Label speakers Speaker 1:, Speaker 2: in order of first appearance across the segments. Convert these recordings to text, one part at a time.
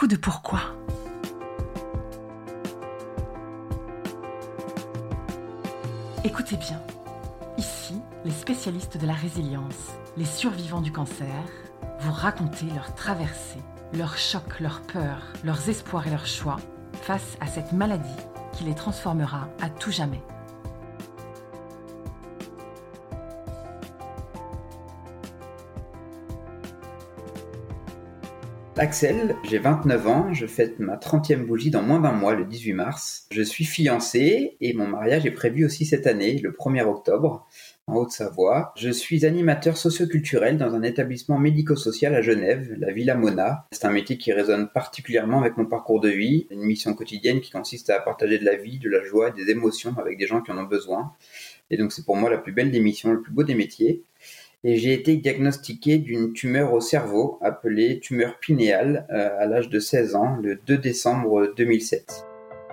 Speaker 1: coup de pourquoi. Écoutez bien, ici, les spécialistes de la résilience, les survivants du cancer, vous racontez leur traversée, leurs chocs, leurs peurs, leurs espoirs et leurs choix face à cette maladie qui les transformera à tout jamais.
Speaker 2: Axel, j'ai 29 ans, je fête ma 30e bougie dans moins d'un mois, le 18 mars. Je suis fiancé et mon mariage est prévu aussi cette année, le 1er octobre, en Haute-Savoie. Je suis animateur socioculturel dans un établissement médico-social à Genève, la Villa Mona. C'est un métier qui résonne particulièrement avec mon parcours de vie, une mission quotidienne qui consiste à partager de la vie, de la joie, des émotions avec des gens qui en ont besoin. Et donc c'est pour moi la plus belle des missions, le plus beau des métiers. Et j'ai été diagnostiqué d'une tumeur au cerveau, appelée tumeur pinéale, à l'âge de 16 ans, le 2 décembre 2007.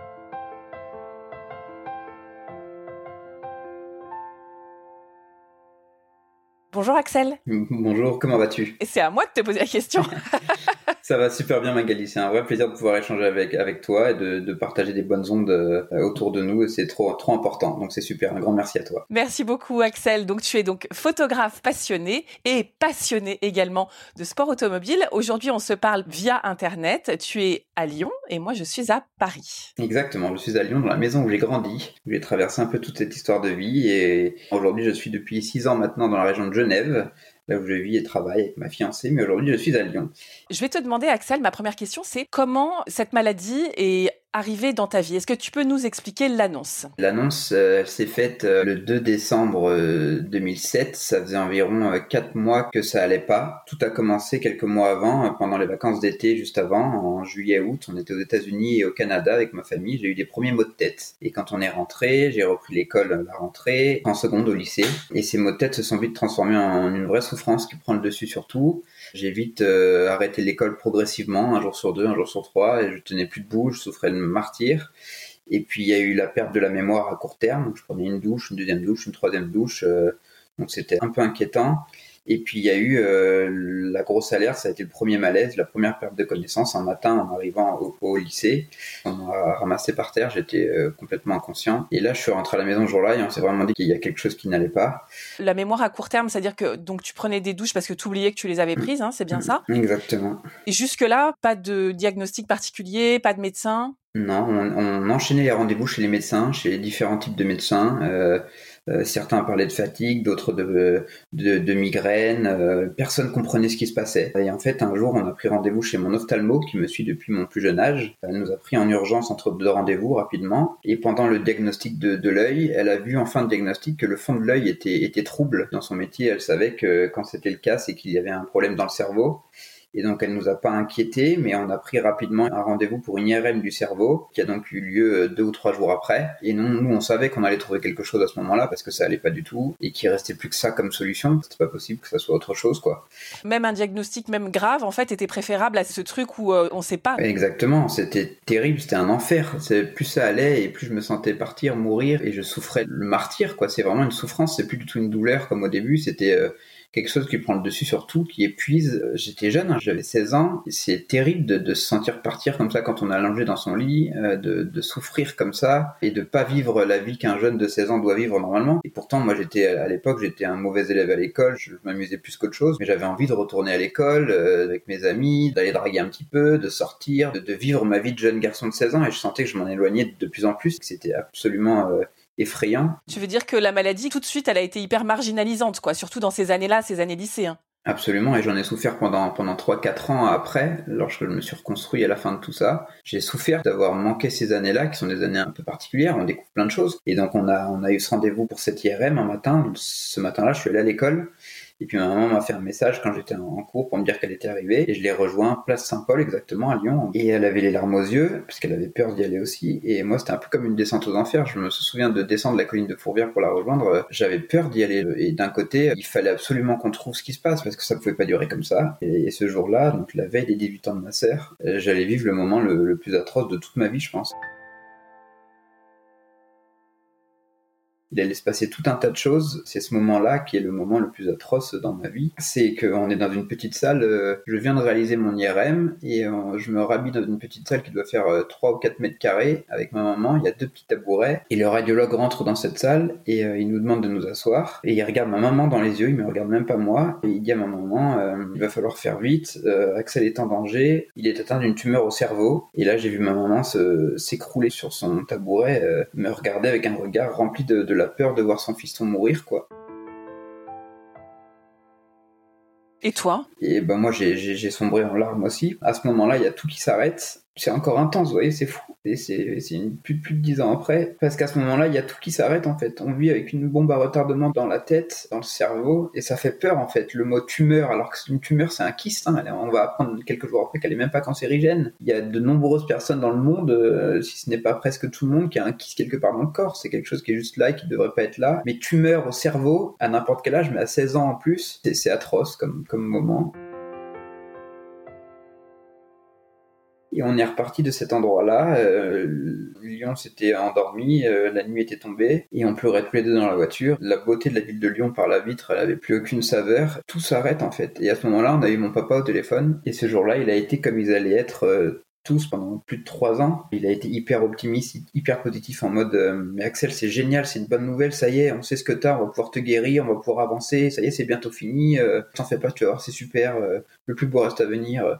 Speaker 3: Bonjour Axel.
Speaker 2: Bonjour, comment vas-tu ?
Speaker 3: Et c'est à moi de te poser la question.
Speaker 2: Ça va super bien Magali, c'est un vrai plaisir de pouvoir échanger avec toi et de partager des bonnes ondes autour de nous, c'est trop important, donc c'est super, un grand merci à toi.
Speaker 3: Merci beaucoup Axel, donc tu es donc photographe passionné et passionné également de sport automobile. Aujourd'hui on se parle via internet, tu es à Lyon et moi je suis à Paris.
Speaker 2: Exactement, je suis à Lyon dans la maison où j'ai grandi, où j'ai traversé un peu toute cette histoire de vie et aujourd'hui je suis depuis 6 ans maintenant dans la région de Genève, là où je vis et travaille avec ma fiancée, mais aujourd'hui je suis à Lyon.
Speaker 3: Je vais te demander Axel, ma première question c'est comment cette maladie est arrivée dans ta vie ? Est-ce que tu peux nous expliquer l'annonce ?
Speaker 2: L'annonce elle s'est faite le 2 décembre 2007, ça faisait environ 4 mois que ça allait pas. Tout a commencé quelques mois avant, pendant les vacances d'été, juste avant, en juillet-août, on était aux États-Unis et au Canada avec ma famille, j'ai eu des premiers maux de tête. Et quand on est rentré, j'ai repris l'école à la rentrée, en seconde au lycée, et ces maux de tête se sont vite transformés en une vraie souffrance qui prend le dessus sur tout. J'ai vite arrêté l'école progressivement, un jour sur 2, un jour sur 3, et je tenais plus debout, je souffrais de martyr. Et puis il y a eu la perte de la mémoire à court terme, donc je prenais une douche, une deuxième douche, une troisième douche, donc c'était un peu inquiétant. Et puis il y a eu la grosse alerte, ça a été le premier malaise, la première perte de connaissance, un matin en arrivant au lycée. On m'a ramassé par terre, j'étais complètement inconscient. Et là je suis rentré à la maison ce jour-là et on s'est vraiment dit qu'il y a quelque chose qui n'allait pas.
Speaker 3: La mémoire à court terme, c'est-à-dire que donc tu prenais des douches parce que tu oubliais que tu les avais prises, c'est bien ça ?
Speaker 2: Exactement.
Speaker 3: Et jusque-là, pas de diagnostic particulier, pas de médecin ?
Speaker 2: Non, on enchaînait les rendez-vous chez les médecins, chez les différents types de médecins. Certains parlaient de fatigue, d'autres de migraines. Personne comprenait ce qui se passait. Et en fait, un jour, on a pris rendez-vous chez mon ophtalmo, qui me suit depuis mon plus jeune âge. Elle nous a pris en urgence entre 2 rendez-vous rapidement. Et pendant le diagnostic de l'œil, elle a vu en fin de diagnostic que le fond de l'œil était trouble. Dans son métier, elle savait que quand c'était le cas, c'est qu'il y avait un problème dans le cerveau. Et donc elle nous a pas inquiétés, mais on a pris rapidement un rendez-vous pour une IRM du cerveau, qui a donc eu lieu 2 ou 3 jours après. Et nous on savait qu'on allait trouver quelque chose à ce moment-là, parce que ça allait pas du tout, et qu'il restait plus que ça comme solution. C'était pas possible que ça soit autre chose, quoi.
Speaker 3: Même un diagnostic, même grave, en fait, était préférable à ce truc où on sait pas.
Speaker 2: Exactement, c'était terrible, c'était un enfer. Plus ça allait, et plus je me sentais partir, mourir, et je souffrais le martyr, quoi. C'est vraiment une souffrance, c'est plus du tout une douleur comme au début, c'était quelque chose qui prend le dessus sur tout, qui épuise. J'étais jeune, j'avais 16 ans. C'est terrible de se sentir partir comme ça quand on est allongé dans son lit, de souffrir comme ça et de pas vivre la vie qu'un jeune de 16 ans doit vivre normalement. Et pourtant, moi, à l'époque, j'étais un mauvais élève à l'école. Je m'amusais plus qu'autre chose, mais j'avais envie de retourner à l'école avec mes amis, d'aller draguer un petit peu, de sortir, de vivre ma vie de jeune garçon de 16 ans. Et je sentais que je m'en éloignais de plus en plus, que c'était absolument effrayant.
Speaker 3: Tu veux dire que la maladie, tout de suite, elle a été hyper marginalisante, quoi, surtout dans ces années-là, ces années lycées.
Speaker 2: Absolument, et j'en ai souffert pendant 3-4 ans après, lorsque je me suis reconstruit à la fin de tout ça. J'ai souffert d'avoir manqué ces années-là, qui sont des années un peu particulières, on découvre plein de choses. Et donc on a eu ce rendez-vous pour cette IRM un matin. Ce matin-là, je suis allé à l'école. Et puis ma maman m'a fait un message quand j'étais en cours pour me dire qu'elle était arrivée. Et je l'ai rejoint place Saint-Paul exactement à Lyon. Et elle avait les larmes aux yeux, parce qu'elle avait peur d'y aller aussi. Et moi c'était un peu comme une descente aux enfers. Je me souviens de descendre la colline de Fourvière pour la rejoindre. J'avais peur d'y aller. Et d'un côté, il fallait absolument qu'on trouve ce qui se passe, parce que ça pouvait pas durer comme ça. Et ce jour-là, donc la veille des 18 ans de ma sœur, j'allais vivre le moment le plus atroce de toute ma vie, je pense. Il allait se passer tout un tas de choses. C'est ce moment-là qui est le moment le plus atroce dans ma vie. C'est qu'on est dans une petite salle, je viens de réaliser mon IRM et je me rhabille dans une petite salle qui doit faire 3 ou 4 mètres carrés avec ma maman. Il y a 2 petits tabourets et le radiologue rentre dans cette salle et il nous demande de nous asseoir. Et il regarde ma maman dans les yeux, il me regarde même pas moi. Et il dit à ma maman, il va falloir faire vite, Axel est en danger, il est atteint d'une tumeur au cerveau. Et là j'ai vu ma maman s'écrouler sur son tabouret, me regarder avec un regard rempli de la peur de voir son fiston mourir, quoi.
Speaker 3: Et toi ?
Speaker 2: Et ben moi j'ai sombré en larmes aussi. À ce moment-là, il y a tout qui s'arrête. C'est encore intense, vous voyez, c'est fou. Et c'est plus de 10 ans après. Parce qu'à ce moment-là, il y a tout qui s'arrête, en fait. On vit avec une bombe à retardement dans la tête, dans le cerveau, et ça fait peur, en fait. Le mot tumeur, alors qu'une tumeur, c'est un kyste, hein. On va apprendre quelques jours après qu'elle est même pas cancérigène. Il y a de nombreuses personnes dans le monde, si ce n'est pas presque tout le monde, qui a un kyste quelque part dans le corps. C'est quelque chose qui est juste là et qui devrait pas être là. Mais tumeur au cerveau, à n'importe quel âge, mais à 16 ans en plus, c'est atroce comme moment. Et on est reparti de cet endroit-là. Lyon s'était endormi, la nuit était tombée, et on pleurait tous les deux dans la voiture. La beauté de la ville de Lyon par la vitre, elle avait plus aucune saveur. Tout s'arrête en fait. Et à ce moment-là, on a eu mon papa au téléphone, et ce jour-là, il a été comme ils allaient être tous pendant plus de 3 ans. Il a été hyper optimiste, hyper positif, en mode mais Axel, c'est génial, c'est une bonne nouvelle, ça y est, on sait ce que t'as, on va pouvoir te guérir, on va pouvoir avancer, ça y est, c'est bientôt fini, t'en fais pas, tu vas voir, c'est super, le plus beau reste à venir.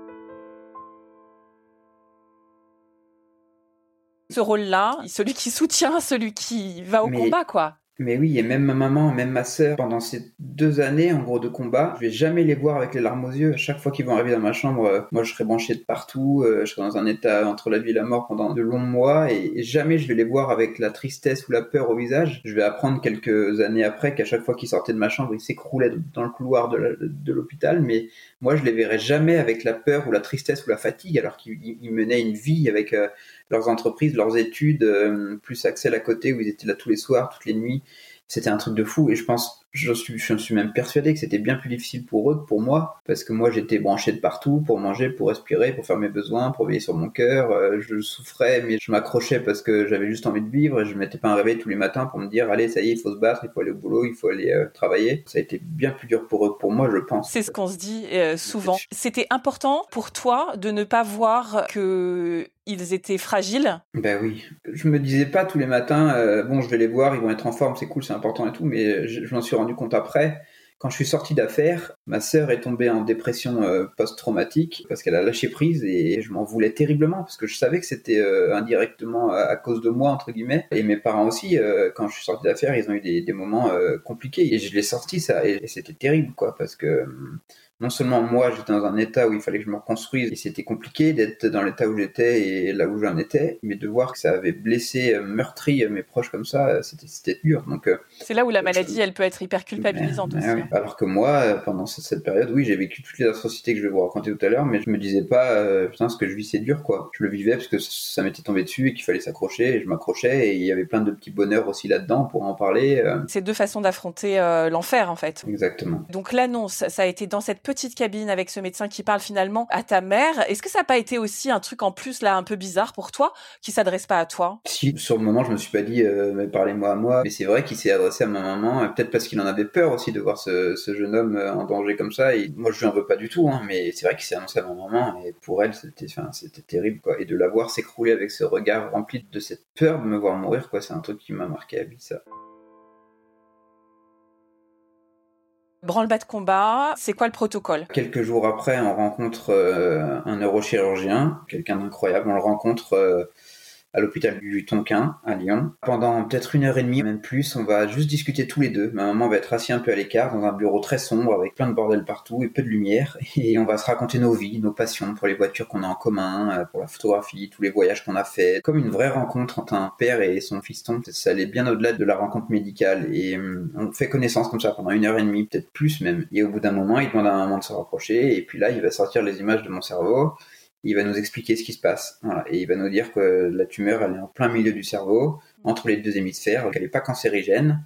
Speaker 3: Ce rôle-là, celui qui soutient, celui qui va au combat, quoi.
Speaker 2: Mais oui, et même ma maman, même ma sœur, pendant ces 2 années, en gros, de combat, je vais jamais les voir avec les larmes aux yeux. À chaque fois qu'ils vont arriver dans ma chambre, moi, je serai branché de partout, je serai dans un état entre la vie et la mort pendant de longs mois, et jamais je vais les voir avec la tristesse ou la peur au visage. Je vais apprendre quelques années après qu'à chaque fois qu'ils sortaient de ma chambre, ils s'écroulaient dans le couloir de l'hôpital, mais moi, je les verrai jamais avec la peur ou la tristesse ou la fatigue, alors qu'ils menaient une vie avec leurs entreprises, leurs études, plus Axel à côté où ils étaient là tous les soirs, toutes les nuits. C'était un truc de fou, et je suis même persuadé que c'était bien plus difficile pour eux que pour moi, parce que moi j'étais branché de partout pour manger, pour respirer, pour faire mes besoins, pour veiller sur mon cœur. Je souffrais, mais je m'accrochais parce que j'avais juste envie de vivre, et je mettais pas un réveil tous les matins pour me dire allez, ça y est, il faut se battre, il faut aller au boulot, il faut aller travailler. Ça a été bien plus dur pour eux que pour moi, je pense.
Speaker 3: C'est ce qu'on se dit souvent. C'était important pour toi de ne pas voir que ils étaient fragiles?
Speaker 2: Ben oui. Je me disais pas tous les matins, bon, je vais les voir, ils vont être en forme, c'est cool, c'est important et tout, mais je m'en suis rendu compte après. Quand je suis sorti d'affaires, ma sœur est tombée en dépression post-traumatique parce qu'elle a lâché prise, et je m'en voulais terriblement parce que je savais que c'était indirectement à cause de moi, entre guillemets. Et mes parents aussi, quand je suis sorti d'affaires, ils ont eu des moments compliqués, et je l'ai sorti ça, et c'était terrible, quoi, parce que non seulement moi j'étais dans un état où il fallait que je me reconstruise, et c'était compliqué d'être dans l'état où j'étais et là où j'en étais, mais de voir que ça avait blessé, meurtri mes proches comme ça, c'était dur. Donc
Speaker 3: c'est là où la maladie elle peut être hyper culpabilisante aussi.
Speaker 2: Oui. Alors que moi, pendant cette période, oui, j'ai vécu toutes les atrocités que je vais vous raconter tout à l'heure, mais je me disais pas putain, ce que je vis c'est dur, quoi. Je le vivais parce que ça m'était tombé dessus et qu'il fallait s'accrocher, et je m'accrochais, et il y avait plein de petits bonheurs aussi là-dedans pour en parler.
Speaker 3: C'est 2 façons d'affronter l'enfer en fait.
Speaker 2: Exactement.
Speaker 3: Donc l'annonce, ça a été dans cette petite cabine avec ce médecin qui parle finalement à ta mère. Est-ce que ça n'a pas été aussi un truc en plus là un peu bizarre pour toi, qui s'adresse pas à toi?
Speaker 2: Si, sur le moment, je me suis pas dit mais parlez-moi à moi, mais c'est vrai qu'il s'est adressé à ma maman, peut-être parce qu'il en avait peur aussi de voir ce jeune homme en danger comme ça, et moi je lui en veux pas du tout, hein, mais c'est vrai qu'il s'est annoncé à ma maman, et pour elle c'était terrible, quoi, et de la voir s'écrouler avec ce regard rempli de cette peur de me voir mourir, quoi, c'est un truc qui m'a marqué à vie, ça.
Speaker 3: Branle-bas de combat, c'est quoi le protocole?
Speaker 2: Quelques jours après, on rencontre un neurochirurgien, quelqu'un d'incroyable, on le rencontre à l'hôpital du Tonkin, à Lyon. Pendant peut-être 1h30, même plus, on va juste discuter tous les deux. Ma maman va être assise un peu à l'écart, dans un bureau très sombre, avec plein de bordel partout et peu de lumière. Et on va se raconter nos vies, nos passions, pour les voitures qu'on a en commun, pour la photographie, tous les voyages qu'on a fait. Comme une vraie rencontre entre un père et son fiston. Ça allait bien au-delà de la rencontre médicale. Et on fait connaissance comme ça pendant 1h30, peut-être plus même. Et au bout d'un moment, il demande à ma maman de se rapprocher. Et puis là, il va sortir les images de mon cerveau. Il va nous expliquer ce qui se passe. Voilà. Et il va nous dire que la tumeur, elle est en plein milieu du cerveau, entre les 2 hémisphères, qu'elle n'est pas cancérigène,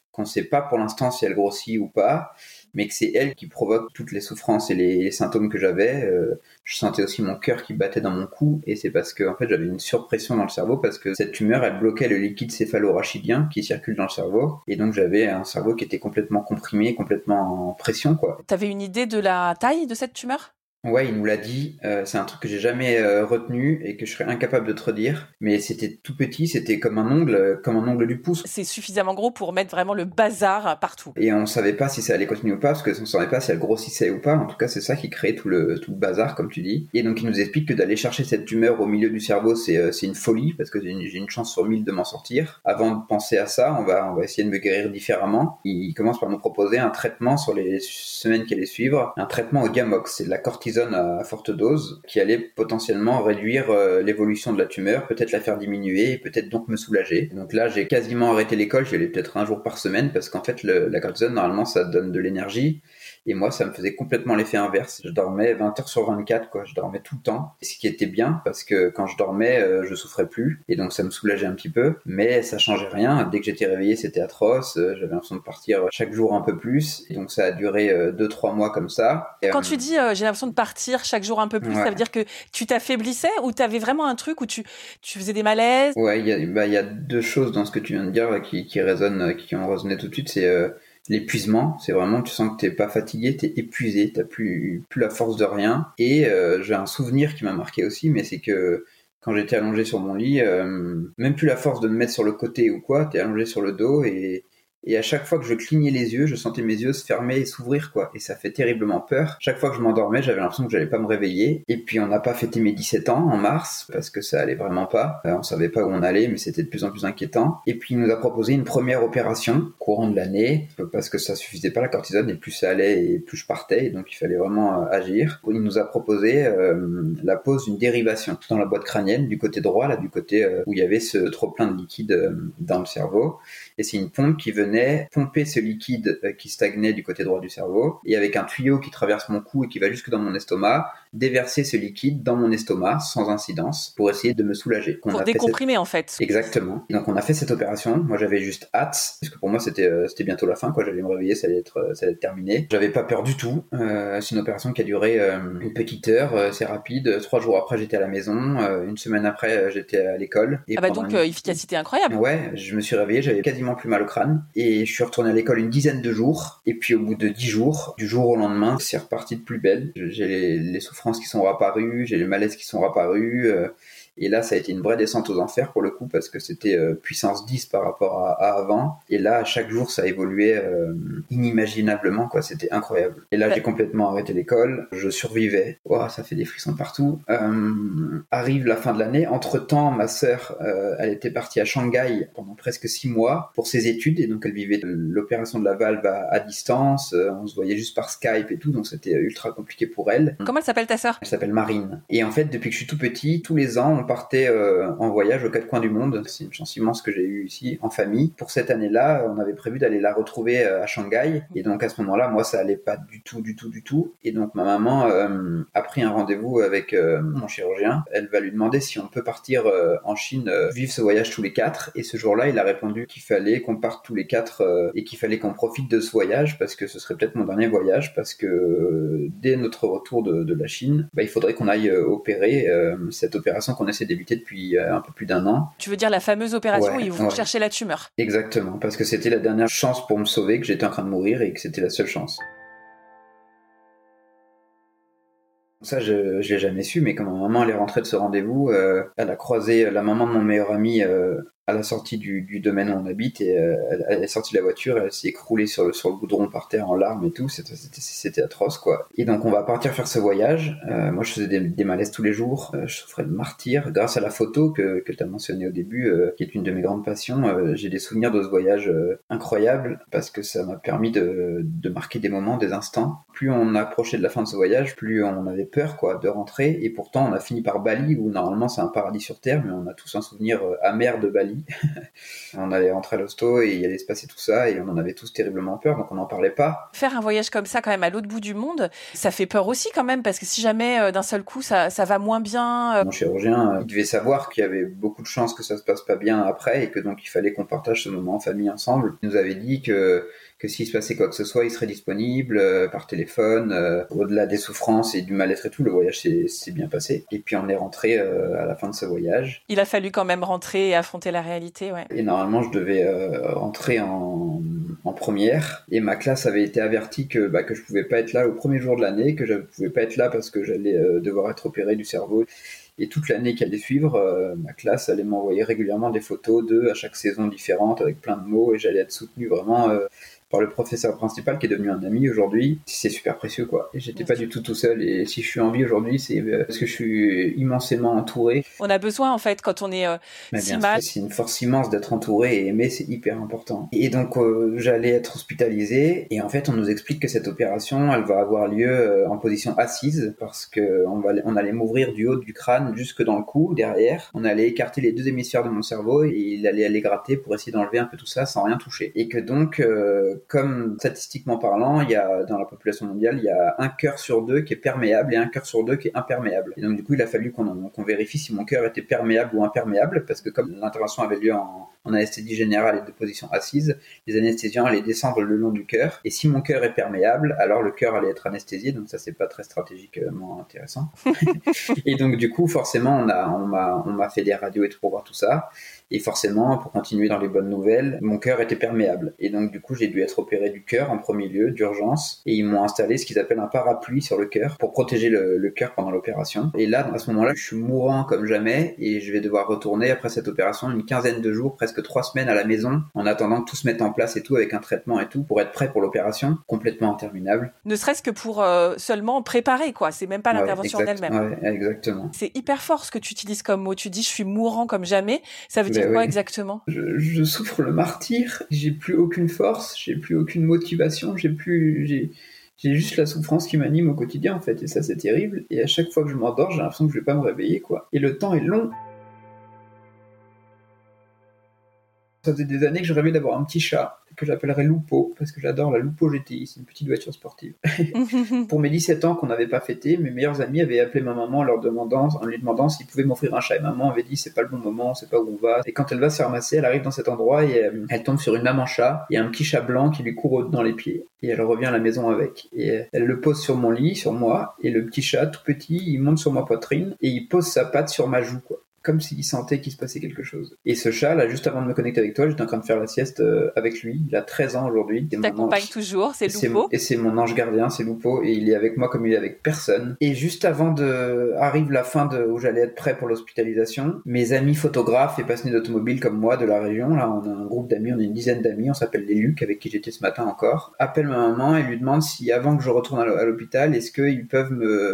Speaker 2: qu'on sait pas pour l'instant si elle grossit ou pas, mais que c'est elle qui provoque toutes les souffrances et les symptômes que j'avais. Je sentais aussi mon cœur qui battait dans mon cou, et c'est parce que en fait j'avais une surpression dans le cerveau, parce que cette tumeur elle bloquait le liquide céphalo-rachidien qui circule dans le cerveau, et donc j'avais un cerveau qui était complètement comprimé, complètement en pression, quoi.
Speaker 3: T'avais une idée de la taille de cette tumeur ?
Speaker 2: Ouais, il nous l'a dit. C'est un truc que j'ai jamais retenu et que je serais incapable de te redire. Mais c'était tout petit, c'était comme un ongle du pouce.
Speaker 3: C'est suffisamment gros pour mettre vraiment le bazar partout.
Speaker 2: Et on savait pas si ça allait continuer ou pas, parce que on savait pas si elle grossissait ou pas. En tout cas, c'est ça qui créait tout le bazar, comme tu dis. Et donc, il nous explique que d'aller chercher cette tumeur au milieu du cerveau, c'est une folie, parce que j'ai une chance sur 1000 de m'en sortir. Avant de penser à ça, on va essayer de me guérir différemment. Il commence par nous proposer un traitement sur les semaines qui allaient suivre, un traitement au Gamox, c'est de la cortisone à forte dose qui allait potentiellement réduire l'évolution de la tumeur, peut-être la faire diminuer et peut-être donc me soulager. Et donc là, j'ai quasiment arrêté l'école, j'y allais peut-être un jour par semaine parce qu'en fait, la cortisone, normalement, ça donne de l'énergie. Et moi, ça me faisait complètement l'effet inverse. Je dormais 20 heures sur 24, quoi. Je dormais tout le temps. Ce qui était bien, parce que quand je dormais, je souffrais plus. Et donc, ça me soulageait un petit peu. Mais ça changeait rien. Dès que j'étais réveillé, c'était atroce. J'avais l'impression de partir chaque jour un peu plus. Et donc, ça a duré 2-3 mois comme ça. Et,
Speaker 3: quand tu dis j'ai l'impression de partir chaque jour un peu plus, ça veut dire que tu t'affaiblissais ou t'avais vraiment un truc où tu faisais des malaises?
Speaker 2: Ouais, il y a deux choses dans ce que tu viens de dire là, qui résonnent, qui ont résonné tout de suite. C'est l'épuisement, c'est vraiment, tu sens que t'es pas fatigué, t'es épuisé, t'as plus la force de rien. Et j'ai un souvenir qui m'a marqué aussi, mais c'est que quand j'étais allongé sur mon lit, même plus la force de me mettre sur le côté ou quoi, t'es allongé sur le dos et à chaque fois que je clignais les yeux, je sentais mes yeux se fermer et s'ouvrir, quoi. Et ça fait terriblement peur. Chaque fois que je m'endormais, j'avais l'impression que j'allais pas me réveiller. Et puis on n'a pas fêté mes 17 ans en mars, parce que ça allait vraiment pas. On savait pas où on allait, mais c'était de plus en plus inquiétant. Et puis il nous a proposé une première opération, courant de l'année, parce que ça suffisait pas la cortisone, et plus ça allait, et plus je partais, et donc il fallait vraiment agir. Il nous a proposé la pose d'une dérivation dans la boîte crânienne, du côté droit, là, du côté où il y avait ce trop-plein de liquide dans le cerveau. Et c'est une pompe qui venait pomper ce liquide qui stagnait du côté droit du cerveau, et avec un tuyau qui traverse mon cou et qui va jusque dans mon estomac, déverser ce liquide dans mon estomac sans incidence pour essayer de me soulager.
Speaker 3: Pour décomprimer en fait.
Speaker 2: Exactement. Donc on a fait cette opération. Moi j'avais juste hâte, parce que pour moi c'était bientôt la fin, quoi. J'allais me réveiller, ça allait être terminé. J'avais pas peur du tout. C'est une opération qui a duré une petite heure, c'est rapide. 3 jours après j'étais à la maison, une semaine après j'étais à l'école. Et
Speaker 3: donc efficacité incroyable.
Speaker 2: Ouais, je me suis réveillé, j'avais quasiment plus mal au crâne, et je suis retourné à l'école une dizaine de jours, et puis au bout de 10 jours, du jour au lendemain, c'est reparti de plus belle. J'ai les souffrances qui sont réapparues, j'ai les malaises qui sont réapparus, et là ça a été une vraie descente aux enfers pour le coup, parce que c'était puissance 10 par rapport à avant, et là à chaque jour ça évoluait inimaginablement, quoi. C'était incroyable. Et là j'ai complètement arrêté l'école, je survivais, ça fait des frissons partout. Arrive la fin de l'année, entre-temps ma sœur elle était partie à Shanghai pendant presque 6 mois pour ses études, et donc elle vivait l'opération de la valve à distance, on se voyait juste par Skype et tout, donc c'était ultra compliqué pour elle.
Speaker 3: Comment elle s'appelle ta sœur?
Speaker 2: Elle s'appelle Marine. Et en fait, depuis que je suis tout petit, tous les ans, on partait en voyage aux 4 coins du monde. C'est une chance immense que j'ai eue ici, en famille. Pour cette année-là, on avait prévu d'aller la retrouver à Shanghai. Et donc à ce moment-là, moi, ça allait pas du tout. Et donc ma maman a pris un rendez-vous avec mon chirurgien. Elle va lui demander si on peut partir en Chine, vivre ce voyage tous les 4. Et ce jour-là, il a répondu qu'il fallait qu'on parte tous les 4 et qu'il fallait qu'on profite de ce voyage, parce que ce serait peut-être mon dernier voyage, parce que dès notre retour de la Chine, il faudrait qu'on aille opérer cette opération qu'on essaie d'éviter depuis un peu plus d'1 an.
Speaker 3: Tu veux dire la fameuse opération où ils vont chercher la tumeur?
Speaker 2: Exactement, parce que c'était la dernière chance pour me sauver, que j'étais en train de mourir et que c'était la seule chance. Ça, je l'ai jamais su, mais quand ma maman elle est rentrée de ce rendez-vous, elle a croisé la maman de mon meilleur ami à la sortie du domaine où on habite, et elle est sortie de la voiture, elle s'est écroulée sur le goudron par terre en larmes et tout. C'était atroce, quoi. Et donc on va partir faire ce voyage. Moi je faisais des malaises tous les jours, je souffrais de martyr. Grâce à la photo que tu as mentionné au début, qui est une de mes grandes passions, j'ai des souvenirs de ce voyage incroyables, parce que ça m'a permis de marquer des moments, des instants. Plus on approchait de la fin de ce voyage, plus on avait peur, quoi, de rentrer. Et pourtant on a fini par Bali, où normalement c'est un paradis sur terre, mais on a tous un souvenir amer de Bali. vie. On allait rentrer à l'hosto et il allait se passer tout ça et on en avait tous terriblement peur, donc on n'en parlait pas.
Speaker 3: Faire un voyage comme ça quand même à l'autre bout du monde, ça fait peur aussi quand même, parce que si jamais d'un seul coup ça va moins bien...
Speaker 2: Mon chirurgien, il devait savoir qu'il y avait beaucoup de chances que ça se passe pas bien après et que donc il fallait qu'on partage ce moment en famille ensemble. Il nous avait dit que s'il se passait quoi que ce soit, il serait disponible par téléphone. Au-delà des souffrances et du mal-être et tout, le voyage s'est bien passé. Et puis on est rentré à la fin de ce voyage.
Speaker 3: Il a fallu quand même rentrer et affronter la réalité, ouais.
Speaker 2: Et normalement, je devais rentrer en première. Et ma classe avait été avertie que je pouvais pas être là au premier jour de l'année, que je pouvais pas être là parce que j'allais devoir être opéré du cerveau. Et toute l'année qui allait suivre, ma classe allait m'envoyer régulièrement des photos d'eux à chaque saison différente avec plein de mots et j'allais être soutenu vraiment par le professeur principal qui est devenu un ami aujourd'hui. C'est super précieux, quoi. Et j'étais pas du tout seul. Et si je suis en vie aujourd'hui, c'est parce que je suis immensément entouré.
Speaker 3: On a besoin, en fait, quand on est si mal.
Speaker 2: C'est une force immense d'être entouré et aimer, c'est hyper important. Et donc, j'allais être hospitalisé. Et en fait, on nous explique que cette opération, elle va avoir lieu en position assise parce que on allait m'ouvrir du haut du crâne jusque dans le cou, derrière. On allait écarter les deux hémisphères de mon cerveau et il allait aller gratter pour essayer d'enlever un peu tout ça sans rien toucher. Et que donc, comme statistiquement parlant, il y a dans la population mondiale, il y a 1 cœur sur 2 qui est perméable et 1 cœur sur 2 qui est imperméable. Et donc du coup, il a fallu qu'on vérifie si mon cœur était perméable ou imperméable, parce que comme l'intervention avait lieu en anesthésie générale et de position assise, les anesthésiens allaient descendre le long du cœur. Et si mon cœur est perméable, alors le cœur allait être anesthésié. Donc ça, c'est pas très stratégiquement intéressant. Et donc du coup, forcément, on m'a fait des radios et tout pour voir tout ça. Et forcément, pour continuer dans les bonnes nouvelles, mon cœur était perméable. Et donc, du coup, j'ai dû être opéré du cœur en premier lieu, d'urgence. Et ils m'ont installé ce qu'ils appellent un parapluie sur le cœur pour protéger le cœur pendant l'opération. Et là, à ce moment-là, je suis mourant comme jamais et je vais devoir retourner après cette opération une quinzaine de jours, presque 3 semaines à la maison, en attendant que tout se mette en place et tout, avec un traitement et tout, pour être prêt pour l'opération, complètement interminable.
Speaker 3: Ne serait-ce que pour seulement préparer, quoi. C'est même pas l'intervention en elle-même.
Speaker 2: Ouais, exactement.
Speaker 3: C'est hyper fort ce que tu utilises comme mot. Tu dis, je suis mourant comme jamais. Ça veut dire quoi exactement ?
Speaker 2: Je souffre le martyre, j'ai plus aucune force, j'ai plus aucune motivation, j'ai juste la souffrance qui m'anime au quotidien en fait, et ça c'est terrible, et à chaque fois que je m'endors, j'ai l'impression que je vais pas me réveiller, quoi. Et le temps est long. Ça faisait des années que je rêvais d'avoir un petit chat que j'appellerais Lupo, parce que j'adore la Lupo GTI, c'est une petite voiture sportive. Pour mes 17 ans qu'on n'avait pas fêté, mes meilleurs amis avaient appelé ma maman en lui demandant s'ils pouvaient m'offrir un chat. Et maman avait dit c'est pas le bon moment, on sait pas où on va. Et quand elle va se ramasser, elle arrive dans cet endroit et elle tombe sur une maman chat et un petit chat blanc qui lui court dans les pieds. Et elle revient à la maison avec. Et elle le pose sur mon lit, sur moi, et le petit chat tout petit, il monte sur ma poitrine et il pose sa patte sur ma joue, quoi. Comme s'il sentait qu'il se passait quelque chose. Et ce chat, là, juste avant de me connecter avec toi, j'étais en train de faire la sieste avec lui. Il a 13 ans aujourd'hui.
Speaker 3: Il t'accompagne toujours, c'est Lupo.
Speaker 2: Et c'est mon ange gardien, c'est Lupo. Et il est avec moi comme il est avec personne. Et juste avant arrive la fin où j'allais être prêt pour l'hospitalisation, mes amis photographes et passionnés d'automobile comme moi de la région, là, on a un groupe d'amis, on est une dizaine d'amis, on s'appelle les Luc, avec qui j'étais ce matin encore, appellent ma maman et lui demandent si, avant que je retourne à l'hôpital, est-ce qu'ils peuvent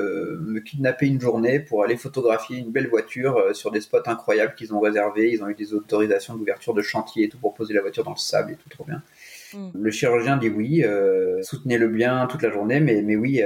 Speaker 2: me kidnapper une journée pour aller photographier une belle voiture sur des spots incroyables qu'ils ont réservés. Ils ont eu des autorisations d'ouverture de chantier et tout pour poser la voiture dans le sable et tout, trop bien. Le chirurgien dit oui, soutenez-le bien toute la journée, mais oui,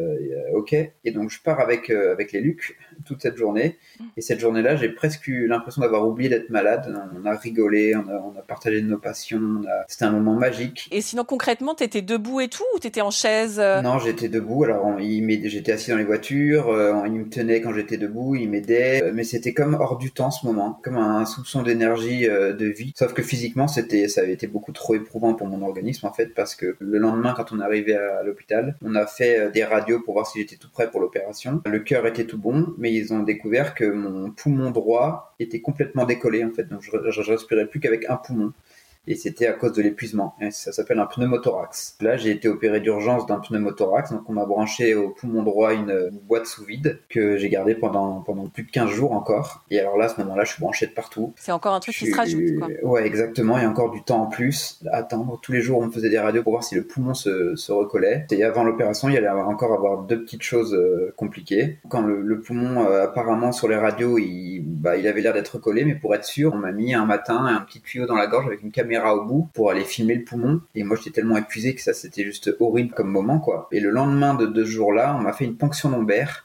Speaker 2: ok. Et donc je pars avec les Luc toute cette journée. Et cette journée-là, j'ai presque eu l'impression d'avoir oublié d'être malade. On a rigolé, on a partagé nos passions. C'était un moment magique.
Speaker 3: Et sinon, concrètement, t'étais debout et tout, ou t'étais en chaise ?
Speaker 2: Non, j'étais debout. Alors, j'étais assis dans les voitures. Il me tenait quand j'étais debout. Il m'aidait. Mais c'était comme hors du temps, ce moment. Comme un soupçon d'énergie, de vie. Sauf que physiquement, ça avait été beaucoup trop éprouvant pour mon organisme, en fait, parce que le lendemain, quand on est arrivé à l'hôpital, on a fait des radios pour voir si j'étais tout prêt pour l'opération. Le cœur était tout bon, mais ils ont découvert que mon poumon droit était complètement décollé, en fait. Donc, je respirais plus qu'avec un poumon. Et c'était à cause de l'épuisement. Et ça s'appelle un pneumothorax. Là, j'ai été opéré d'urgence d'un pneumothorax. Donc, on m'a branché au poumon droit une boîte sous vide que j'ai gardée pendant plus de 15 jours encore. Et alors là, à ce moment-là, je suis branché de partout.
Speaker 3: C'est encore un truc qui se rajoute, quoi.
Speaker 2: Ouais, exactement. Il y a encore du temps en plus à attendre. Tous les jours, on me faisait des radios pour voir si le poumon se recollait. Et avant l'opération, il y allait encore avoir 2 petites choses compliquées. Quand le poumon, apparemment, sur les radios, il avait l'air d'être recollé, mais pour être sûr, on m'a mis un matin un petit tuyau dans la gorge avec une caméra au bout pour aller filmer le poumon. Et moi, j'étais tellement épuisé que ça, c'était juste horrible comme moment, quoi. Et le lendemain de ce jour-là, on m'a fait une ponction lombaire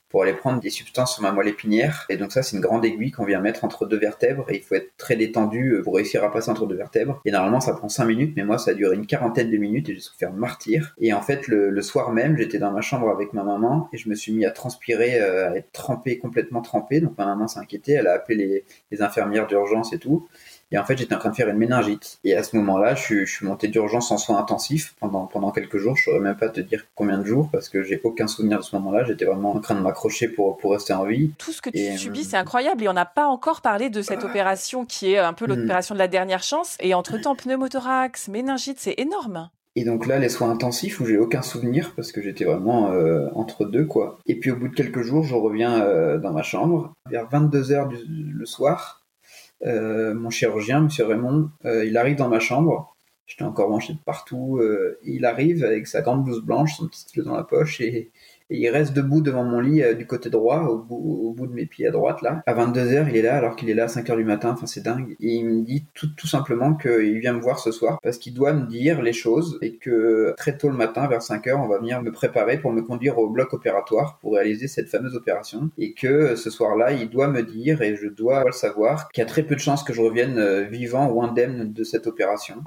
Speaker 2: pour aller prendre des substances sur ma moelle épinière. Et donc ça, c'est une grande aiguille qu'on vient mettre entre deux vertèbres et il faut être très détendu pour réussir à passer entre deux vertèbres. Et normalement, ça prend 5 minutes, mais moi, ça a duré une quarantaine de minutes et j'ai souffert de martyr. Et en fait, le soir même, j'étais dans ma chambre avec ma maman et je me suis mis à transpirer, à être trempé, complètement trempé. Donc ma maman s'est inquiétée, elle a appelé les infirmières d'urgence et tout. Et en fait, j'étais en train de faire une méningite. Et à ce moment-là, je suis monté d'urgence en soins intensifs pendant quelques jours. Je saurais même pas te dire combien de jours parce que j'ai aucun souvenir de ce moment-là. J'étais vraiment en train de m'accrocher pour rester en vie.
Speaker 3: Tout ce que tu subis, c'est incroyable. Et on n'a pas encore parlé de cette opération qui est un peu l'opération de la dernière chance. Et entre-temps, pneumothorax, méningite, c'est énorme.
Speaker 2: Et donc là, les soins intensifs où j'ai aucun souvenir parce que j'étais vraiment entre deux, quoi. Et puis au bout de quelques jours, je reviens dans ma chambre. Vers 22h le soir, mon chirurgien, monsieur Raymond, il arrive dans ma chambre. J'étais encore manché de partout. Il arrive avec sa grande blouse blanche, son petit stylo dans la poche et il reste debout devant mon lit du côté droit, au bout de mes pieds à droite, là. À 22h, il est là, alors qu'il est là à 5h du matin. Enfin, c'est dingue. Et il me dit tout simplement qu'il vient me voir ce soir parce qu'il doit me dire les choses et que très tôt le matin, vers 5h, on va venir me préparer pour me conduire au bloc opératoire pour réaliser cette fameuse opération. Et que ce soir-là, il doit me dire, et je dois le savoir, qu'il y a très peu de chances que je revienne vivant ou indemne de cette opération.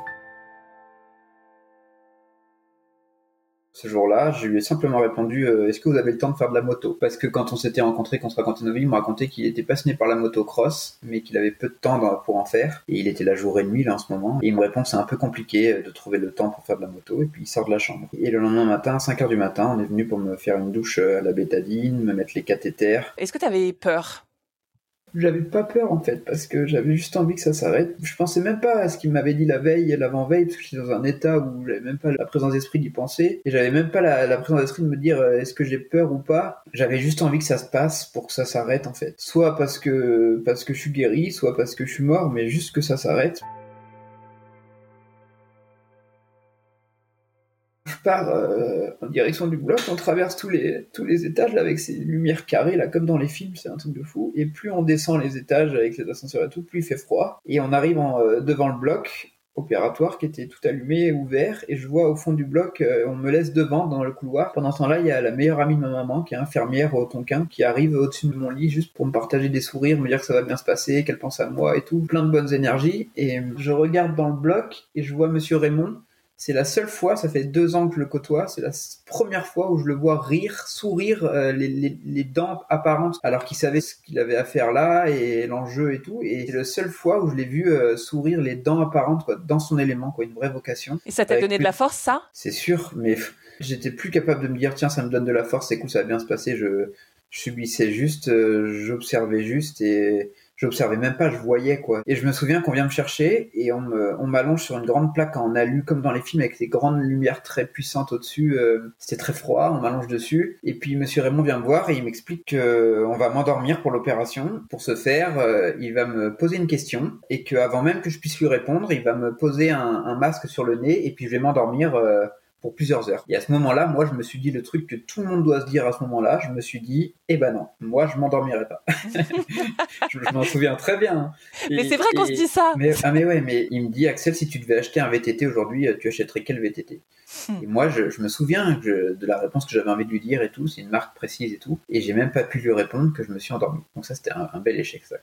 Speaker 2: Ce jour-là, je lui ai simplement répondu est-ce que vous avez le temps de faire de la moto ? Parce que quand on s'était rencontrés, qu'on se racontait nos vies, il me racontait qu'il était passionné par la motocross, mais qu'il avait peu de temps pour en faire. Et il était là jour et nuit là en ce moment. Et il me répond que c'est un peu compliqué de trouver le temps pour faire de la moto. Et puis il sort de la chambre. Et le lendemain matin, à 5h du matin, on est venu pour me faire une douche à la bétadine, me mettre les cathéters.
Speaker 3: Est-ce que tu avais peur ?
Speaker 2: J'avais pas peur en fait parce que j'avais juste envie que ça s'arrête. Je pensais même pas à ce qu'il m'avait dit la veille et l'avant-veille parce que j'étais dans un état où j'avais même pas la présence d'esprit d'y penser et j'avais même pas la présence d'esprit de me dire est-ce que j'ai peur ou pas. J'avais juste envie que ça se passe pour que ça s'arrête en fait. Soit parce que je suis guéri, soit parce que je suis mort, mais juste que ça s'arrête. Je pars en direction du bloc, on traverse tous les étages là, avec ces lumières carrées là, comme dans les films, c'est un truc de fou. Et plus on descend les étages avec les ascenseurs et tout, plus il fait froid. Et on arrive devant le bloc opératoire qui était tout allumé, ouvert, et je vois au fond du bloc, on me laisse devant dans le couloir. Pendant ce temps-là, il y a la meilleure amie de ma maman, qui est infirmière au Tonkin, qui arrive au-dessus de mon lit juste pour me partager des sourires, me dire que ça va bien se passer, qu'elle pense à moi et tout, plein de bonnes énergies. Et je regarde dans le bloc et je vois monsieur Raymond. C'est la seule fois, ça fait 2 ans que je le côtoie, c'est la première fois où je le vois rire, sourire, les dents apparentes, alors qu'il savait ce qu'il avait à faire là, et l'enjeu et tout, et c'est la seule fois où je l'ai vu sourire les dents apparentes, quoi, dans son élément, quoi, une vraie vocation.
Speaker 3: Et ça t'a donné de la force, ça ?
Speaker 2: C'est sûr, mais j'étais plus capable de me dire, tiens, ça me donne de la force, c'est cool, ça va bien se passer, je subissais juste, j'observais juste, et... J'observais même pas, je voyais quoi. Et je me souviens qu'on vient me chercher et on m'allonge sur une grande plaque en alu comme dans les films avec des grandes lumières très puissantes au-dessus. C'était très froid, on m'allonge dessus. Et puis monsieur Raymond vient me voir et il m'explique qu'on va m'endormir pour l'opération. Pour ce faire, il va me poser une question et qu'avant même que je puisse lui répondre, il va me poser un masque sur le nez et puis je vais m'endormir pour plusieurs heures. Et à ce moment-là, moi, je me suis dit le truc que tout le monde doit se dire à ce moment-là, je me suis dit, eh ben non, moi, je m'endormirai pas. je m'en souviens très bien.
Speaker 3: Mais c'est vrai qu'on se dit ça.
Speaker 2: Mais ouais, mais il me dit, Axel, si tu devais acheter un VTT aujourd'hui, tu achèterais quel VTT ? Et moi, je me souviens de la réponse que j'avais envie de lui dire et tout, c'est une marque précise et tout, et j'ai même pas pu lui répondre que je me suis endormi. Donc ça, c'était un bel échec, ça.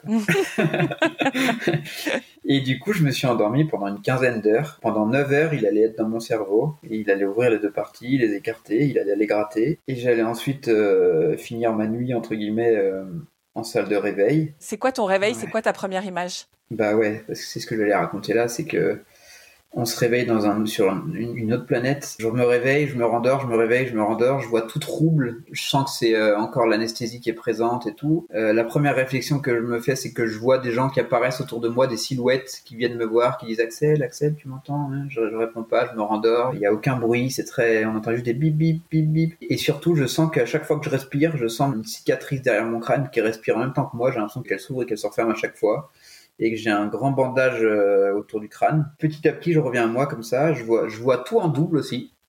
Speaker 2: Et du coup, je me suis endormi pendant une quinzaine d'heures. Pendant 9 heures, il allait être dans mon cerveau, et il allait ouvrir les 2 parties, les écarter, il allait les gratter, et j'allais ensuite finir ma nuit, entre guillemets, en salle de réveil.
Speaker 3: C'est quoi ton réveil ?
Speaker 2: Ouais.
Speaker 3: C'est quoi ta première image ?
Speaker 2: Bah ouais, parce que c'est ce que j'allais raconter là, c'est que on se réveille sur une autre planète. Je me réveille, je me rendors, je me réveille, je me rendors. Je vois tout trouble. Je sens que c'est encore l'anesthésie qui est présente et tout. La première réflexion que je me fais, c'est que je vois des gens qui apparaissent autour de moi, des silhouettes qui viennent me voir, qui disent Axel, tu m'entends, hein? Je réponds pas, je me rendors. Il y a aucun bruit, on entend juste des bip bip bip bip. Et surtout, je sens qu'à chaque fois que je respire, je sens une cicatrice derrière mon crâne qui respire en même temps que moi. J'ai l'impression qu'elle s'ouvre et qu'elle se referme à chaque fois. Et que j'ai un grand bandage autour du crâne. Petit à petit, je reviens à moi comme ça. Je vois tout en double aussi.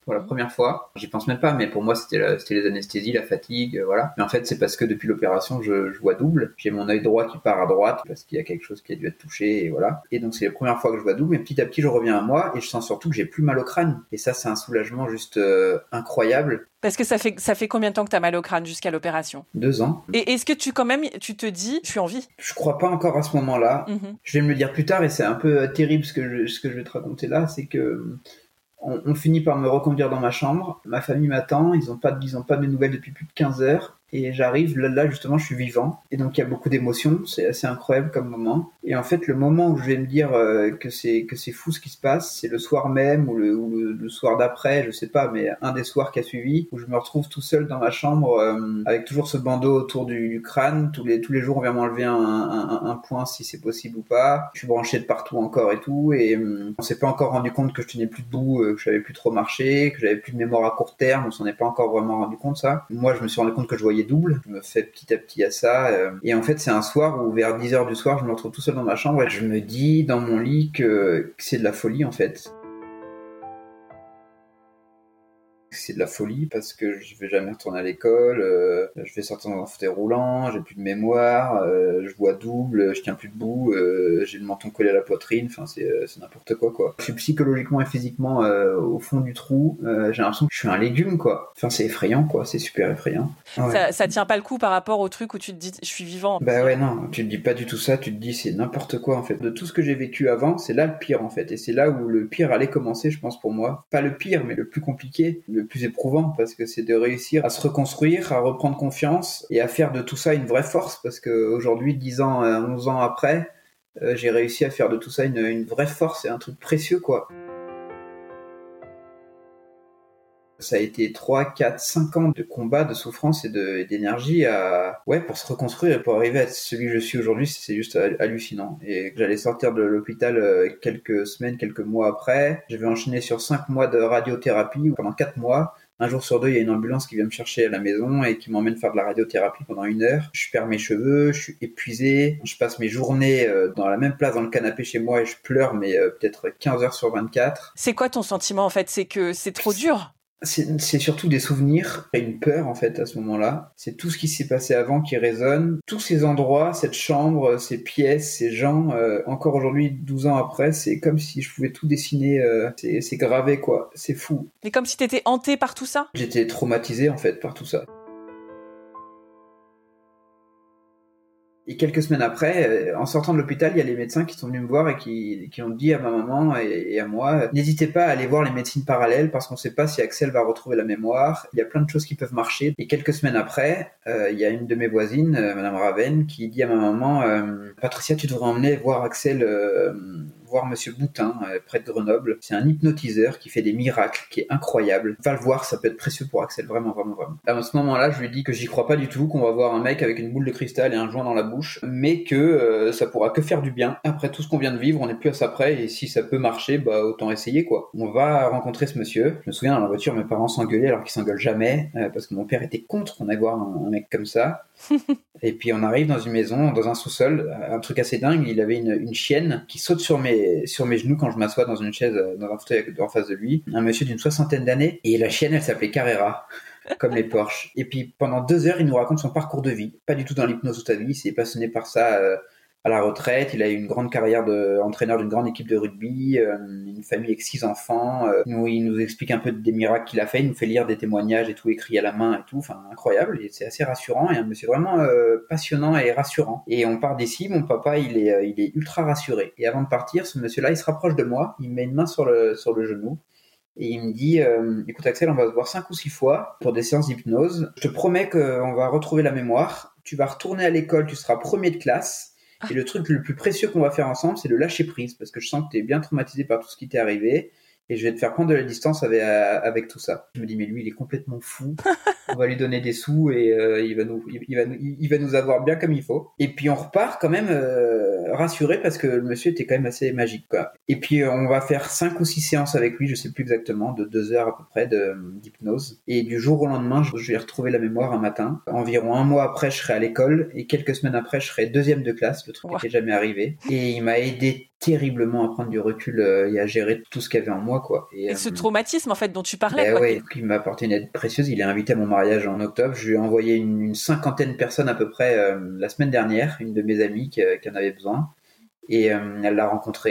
Speaker 2: pour la première fois. J'y pense même pas, mais pour moi c'était les anesthésies, la fatigue, voilà. Mais en fait c'est parce que depuis l'opération je vois double. J'ai mon œil droit qui part à droite parce qu'il y a quelque chose qui a dû être touché et voilà. Et donc c'est la première fois que je vois double, mais petit à petit je reviens à moi et je sens surtout que j'ai plus mal au crâne. Et ça c'est un soulagement juste incroyable.
Speaker 3: Parce que ça fait combien de temps que t'as mal au crâne jusqu'à l'opération?
Speaker 2: 2 ans.
Speaker 3: Et est-ce que tu te dis, je suis en vie?
Speaker 2: Je crois pas encore à ce moment-là. Je vais me le dire plus tard et c'est un peu terrible ce que je vais te raconter là, c'est que on finit par me reconduire dans ma chambre. Ma famille m'attend, ils ont pas de mes nouvelles depuis plus de 15 heures. Et j'arrive, là justement je suis vivant. Et donc il y a beaucoup d'émotions, c'est assez incroyable comme moment. Et en fait le moment où je vais me dire que c'est fou ce qui se passe, c'est le soir même ou le soir d'après, je sais pas, mais un des soirs qui a suivi, où je me retrouve tout seul dans ma chambre avec toujours ce bandeau autour du crâne. Tous les jours on vient m'enlever un point si c'est possible ou pas. Je suis branché de partout encore et tout. Et on s'est pas encore rendu compte que je tenais plus debout, que je savais plus trop marcher, que j'avais plus de mémoire à court terme. On s'en est pas encore vraiment rendu compte ça. Moi je me suis rendu compte que je voyais double, je me fais petit à petit à ça et en fait c'est un soir où vers 10h du soir je me retrouve tout seul dans ma chambre et je me dis dans mon lit que c'est de la folie en fait. C'est de la folie parce que je vais jamais retourner à l'école, je vais sortir dans un fauteuil roulant, j'ai plus de mémoire, je vois double, je tiens plus debout, j'ai le menton collé à la poitrine, enfin c'est n'importe quoi. Je suis psychologiquement et physiquement au fond du trou, j'ai l'impression que je suis un légume quoi. Enfin c'est effrayant quoi, c'est super effrayant. Ouais.
Speaker 3: Ça tient pas le coup par rapport au truc où tu te dis je suis vivant.
Speaker 2: Bah ouais non, tu te dis pas du tout ça, tu te dis c'est n'importe quoi en fait. De tout ce que j'ai vécu avant, c'est là le pire en fait, et c'est là où le pire allait commencer je pense pour moi. Pas le pire mais le plus compliqué, le plus éprouvant parce que c'est de réussir à se reconstruire, à reprendre confiance et à faire de tout ça une vraie force parce qu'aujourd'hui, 10 ans, 11 ans après, j'ai réussi à faire de tout ça une vraie force et un truc précieux quoi. Ça a été 3, 4, 5 ans de combat, de souffrance et d'énergie pour se reconstruire et pour arriver à être celui que je suis aujourd'hui, c'est juste hallucinant. Et que j'allais sortir de l'hôpital quelques semaines, quelques mois après. Je vais enchaîner sur 5 mois de radiothérapie pendant 4 mois. Un jour sur deux, il y a une ambulance qui vient me chercher à la maison et qui m'emmène faire de la radiothérapie pendant 1 heure. Je perds mes cheveux, je suis épuisé. Je passe mes journées dans la même place dans le canapé chez moi et je pleure, mais peut-être 15 heures sur 24.
Speaker 3: C'est quoi ton sentiment en fait? C'est que c'est trop dur?
Speaker 2: C'est surtout des souvenirs et une peur en fait à ce moment-là. C'est tout ce qui s'est passé avant qui résonne. Tous ces endroits, cette chambre, ces pièces, ces gens, encore aujourd'hui, 12 ans après, c'est comme si je pouvais tout dessiner. C'est gravé quoi, c'est fou.
Speaker 3: Mais comme si t'étais hanté par tout ça?
Speaker 2: J'étais traumatisé en fait par tout ça. Et quelques semaines après, en sortant de l'hôpital, il y a les médecins qui sont venus me voir et qui ont dit à ma maman et à moi, n'hésitez pas à aller voir les médecines parallèles parce qu'on ne sait pas si Axel va retrouver la mémoire. Il y a plein de choses qui peuvent marcher. Et quelques semaines après, il y a une de mes voisines, Madame Raven, qui dit à ma maman, Patricia, tu devrais emmener voir Axel, voir Monsieur Boutin, près de Grenoble. C'est un hypnotiseur qui fait des miracles, qui est incroyable. Va le voir, ça peut être précieux pour Axel, vraiment, vraiment, vraiment. À ce moment-là, je lui dis que j'y crois pas du tout, qu'on va voir un mec avec une boule de cristal et un joint dans la bouche, mais que ça pourra que faire du bien. Après tout ce qu'on vient de vivre, on n'est plus à ça près, et si ça peut marcher, bah autant essayer, quoi. On va rencontrer ce monsieur. Je me souviens, dans la voiture, mes parents s'engueulaient alors qu'ils s'engueulent jamais, parce que mon père était contre qu'on aille voir un mec comme ça. Et puis on arrive dans une maison, dans un sous-sol, un truc assez dingue. Il avait une chienne qui saute sur mes genoux quand je m'assois dans une chaise, dans un fauteuil en face de lui. Un monsieur d'une 60aine d'années. Et la chienne, elle s'appelait Carrera, comme les Porsche. Et puis pendant 2 heures, il nous raconte son parcours de vie. Pas du tout dans l'hypnose toute sa vie. Il s'est passionné par ça à la retraite. Il a eu une grande carrière d'entraîneur d'une grande équipe de rugby, une famille avec 6 enfants. Il nous explique un peu des miracles qu'il a fait. Il nous fait lire des témoignages et tout, écrits à la main et tout. Enfin, incroyable. Et c'est assez rassurant. Et un monsieur vraiment passionnant et rassurant. Et on part d'ici. Mon papa, il est ultra rassuré. Et avant de partir, ce monsieur-là, il se rapproche de moi. Il me met une main sur le genou. Et il me dit, écoute Axel, on va se voir 5 ou 6 fois pour des séances d'hypnose. Je te promets qu'on va retrouver la mémoire. Tu vas retourner à l'école, tu seras premier de classe. Et le truc le plus précieux qu'on va faire ensemble, c'est le lâcher prise, parce que je sens que tu es bien traumatisé par tout ce qui t'est arrivé, et je vais te faire prendre de la distance avec tout ça. Je me dis, mais lui, il est complètement fou. On va lui donner des sous et il va nous avoir bien comme il faut. Et puis on repart quand même rassuré parce que le monsieur était quand même assez magique, quoi. Et puis on va faire 5 ou 6 séances avec lui, je sais plus exactement, de 2 heures à peu près d'hypnose. Et du jour au lendemain, je vais retrouver la mémoire un matin. Environ 1 mois après, je serai à l'école et quelques semaines après, je serai 2e de classe. Le truc n'était jamais arrivé. Et il m'a aidé terriblement à prendre du recul et à gérer tout ce qu'il y avait en moi, quoi.
Speaker 3: Et ce traumatisme, en fait, dont tu parlais.
Speaker 2: Oui, il m'a apporté une aide précieuse. Il est invité à mon mariage en octobre. Je lui ai envoyé une cinquantaine de personnes à peu près la semaine dernière, une de mes amies qui en avait besoin. Et elle l'a rencontré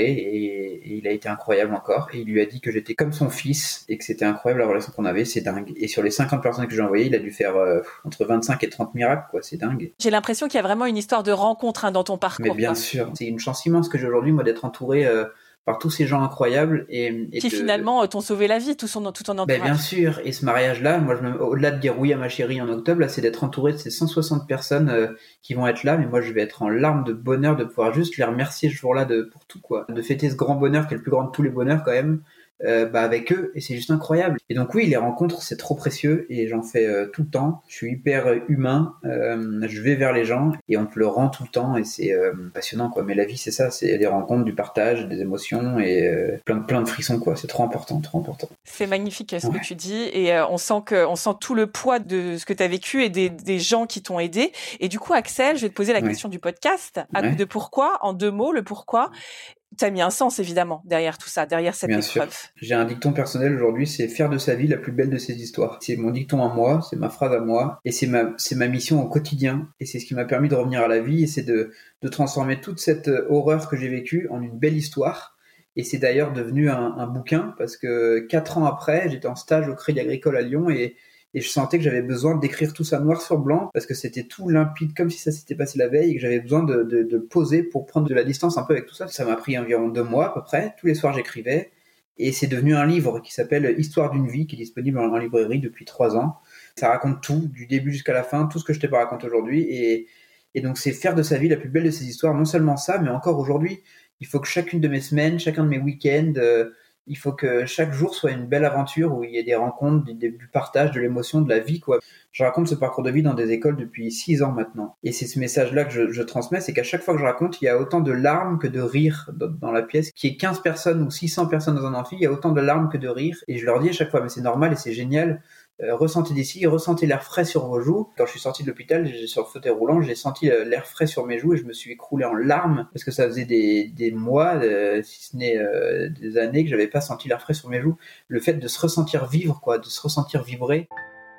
Speaker 2: et il a été incroyable encore. Et il lui a dit que j'étais comme son fils et que c'était incroyable la relation qu'on avait, c'est dingue. Et sur les 50 personnes que j'ai envoyées, il a dû faire entre 25 et 30 miracles, quoi, c'est dingue.
Speaker 3: J'ai l'impression qu'il y a vraiment une histoire de rencontre dans ton parcours.
Speaker 2: Mais bien sûr, c'est une chance immense que j'ai aujourd'hui, moi, d'être entouré par tous ces gens incroyables et
Speaker 3: qui finalement t'ont sauvé la vie, tout ton entourage.
Speaker 2: Bien sûr, et ce mariage-là, moi, au-delà de dire oui à ma chérie en octobre, là, c'est d'être entouré de ces 160 personnes qui vont être là, mais moi je vais être en larmes de bonheur de pouvoir juste les remercier ce jour-là pour tout, quoi, de fêter ce grand bonheur qui est le plus grand de tous les bonheurs quand même. Avec eux, et c'est juste incroyable. Et donc oui, les rencontres, c'est trop précieux et j'en fais tout le temps. Je suis hyper humain, je vais vers les gens et on te le rend tout le temps et c'est passionnant, quoi. Mais la vie, c'est ça, c'est des rencontres, du partage, des émotions et plein de frissons, quoi. C'est trop important.
Speaker 3: C'est magnifique ce que tu dis et on sent tout le poids de ce que tu as vécu et des gens qui t'ont aidé. Et du coup, Axel, je vais te poser la question du podcast. À coup de pourquoi, en 2 mots, le pourquoi. T'as mis un sens, évidemment, derrière tout ça, derrière cette épreuve.
Speaker 2: Sûr. J'ai un dicton personnel aujourd'hui, c'est faire de sa vie la plus belle de ses histoires. C'est mon dicton à moi, c'est ma phrase à moi, et c'est ma mission au quotidien. Et c'est ce qui m'a permis de revenir à la vie, et c'est de transformer toute cette horreur que j'ai vécue en une belle histoire. Et c'est d'ailleurs devenu un bouquin, parce que 4 ans après, j'étais en stage au Crédit Agricole à Lyon, et je sentais que j'avais besoin d'écrire tout ça noir sur blanc parce que c'était tout limpide comme si ça s'était passé la veille et que j'avais besoin de poser pour prendre de la distance un peu avec tout ça. Ça m'a pris environ 2 mois à peu près. Tous les soirs, j'écrivais et c'est devenu un livre qui s'appelle Histoire d'une vie qui est disponible en librairie depuis 3 ans. Ça raconte tout, du début jusqu'à la fin, tout ce que je t'ai pas raconté aujourd'hui et donc c'est faire de sa vie la plus belle de ses histoires. Non seulement ça, mais encore aujourd'hui, il faut que chacune de mes semaines, chacun de mes week-ends, il faut que chaque jour soit une belle aventure où il y ait des rencontres, du partage, de l'émotion, de la vie, quoi. Je raconte ce parcours de vie dans des écoles depuis 6 ans maintenant. Et c'est ce message-là que je transmets, c'est qu'à chaque fois que je raconte, il y a autant de larmes que de rires dans la pièce. Qu'il y ait 15 personnes ou 600 personnes dans un amphi, il y a autant de larmes que de rires. Et je leur dis à chaque fois, mais c'est normal et c'est génial. Ressentez d'ici, ressentez l'air frais sur vos joues. Quand je suis sorti de l'hôpital, sur le fauteuil roulant, j'ai senti l'air frais sur mes joues et je me suis écroulé en larmes parce que ça faisait des mois, si ce n'est des années que j'avais pas senti l'air frais sur mes joues. Le fait de se ressentir vivre, quoi, de se ressentir vibrer.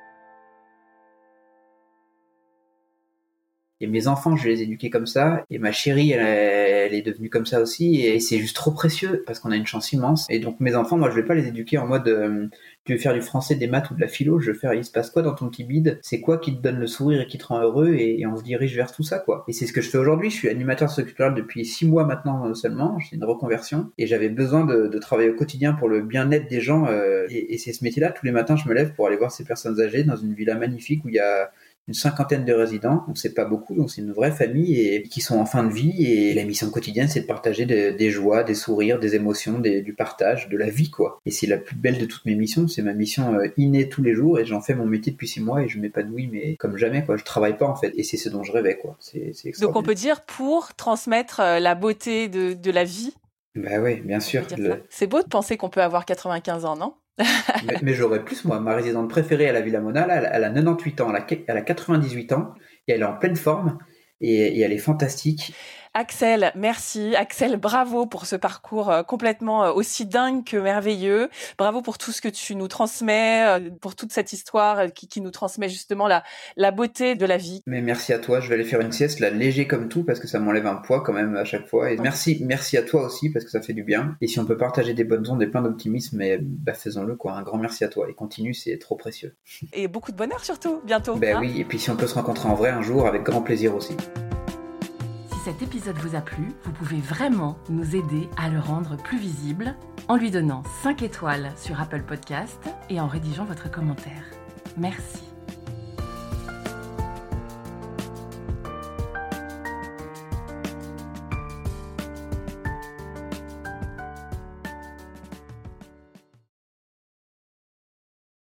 Speaker 2: Et mes enfants, je les ai éduqués comme ça. Et ma chérie, elle est devenue comme ça aussi. Et c'est juste trop précieux parce qu'on a une chance immense. Et donc mes enfants, moi, je vais pas les éduquer en mode tu veux faire du français, des maths ou de la philo. Je vais faire il se passe quoi dans ton petit bide? C'est quoi qui te donne le sourire et qui te rend heureux? Et on se dirige vers tout ça, quoi. Et c'est ce que je fais aujourd'hui. Je suis animateur socioculturel depuis 6 mois maintenant seulement. J'ai une reconversion. Et j'avais besoin de travailler au quotidien pour le bien-être des gens. Et c'est ce métier-là. Tous les matins, je me lève pour aller voir ces personnes âgées dans une villa magnifique où il y a une 50aine de résidents, donc c'est pas beaucoup, donc c'est une vraie famille et qui sont en fin de vie et la mission quotidienne c'est de partager des joies, des sourires, des émotions, du partage, de la vie, quoi. Et c'est la plus belle de toutes mes missions, c'est ma mission innée tous les jours et j'en fais mon métier depuis 6 mois et je m'épanouis mais comme jamais, quoi. Je travaille pas en fait et c'est ce dont je rêvais, quoi. C'est extraordinaire.
Speaker 3: Donc on peut dire pour transmettre la beauté de la vie.
Speaker 2: Bah oui, bien sûr.
Speaker 3: C'est beau de penser qu'on peut avoir 95 ans, non?
Speaker 2: mais j'aurais plus, moi. Ma résidente préférée à la Villa Mona, là, elle a 98 ans, elle a 98 ans, et elle est en pleine forme, et elle est fantastique.
Speaker 3: Axel, merci. Axel, bravo pour ce parcours complètement aussi dingue que merveilleux. Bravo pour tout ce que tu nous transmets, pour toute cette histoire qui nous transmet justement la beauté de la vie.
Speaker 2: Mais merci à toi. Je vais aller faire une sieste, là, léger comme tout, parce que ça m'enlève un poids quand même à chaque fois. Et merci à toi aussi, parce que ça fait du bien. Et si on peut partager des bonnes ondes et plein d'optimisme, faisons-le, quoi. Un grand merci à toi. Et continue, c'est trop précieux.
Speaker 3: Et beaucoup de bonheur surtout, bientôt.
Speaker 2: Oui, et puis si on peut se rencontrer en vrai un jour, avec grand plaisir aussi.
Speaker 1: Si cet épisode vous a plu, vous pouvez vraiment nous aider à le rendre plus visible en lui donnant 5 étoiles sur Apple Podcast et en rédigeant votre commentaire. Merci.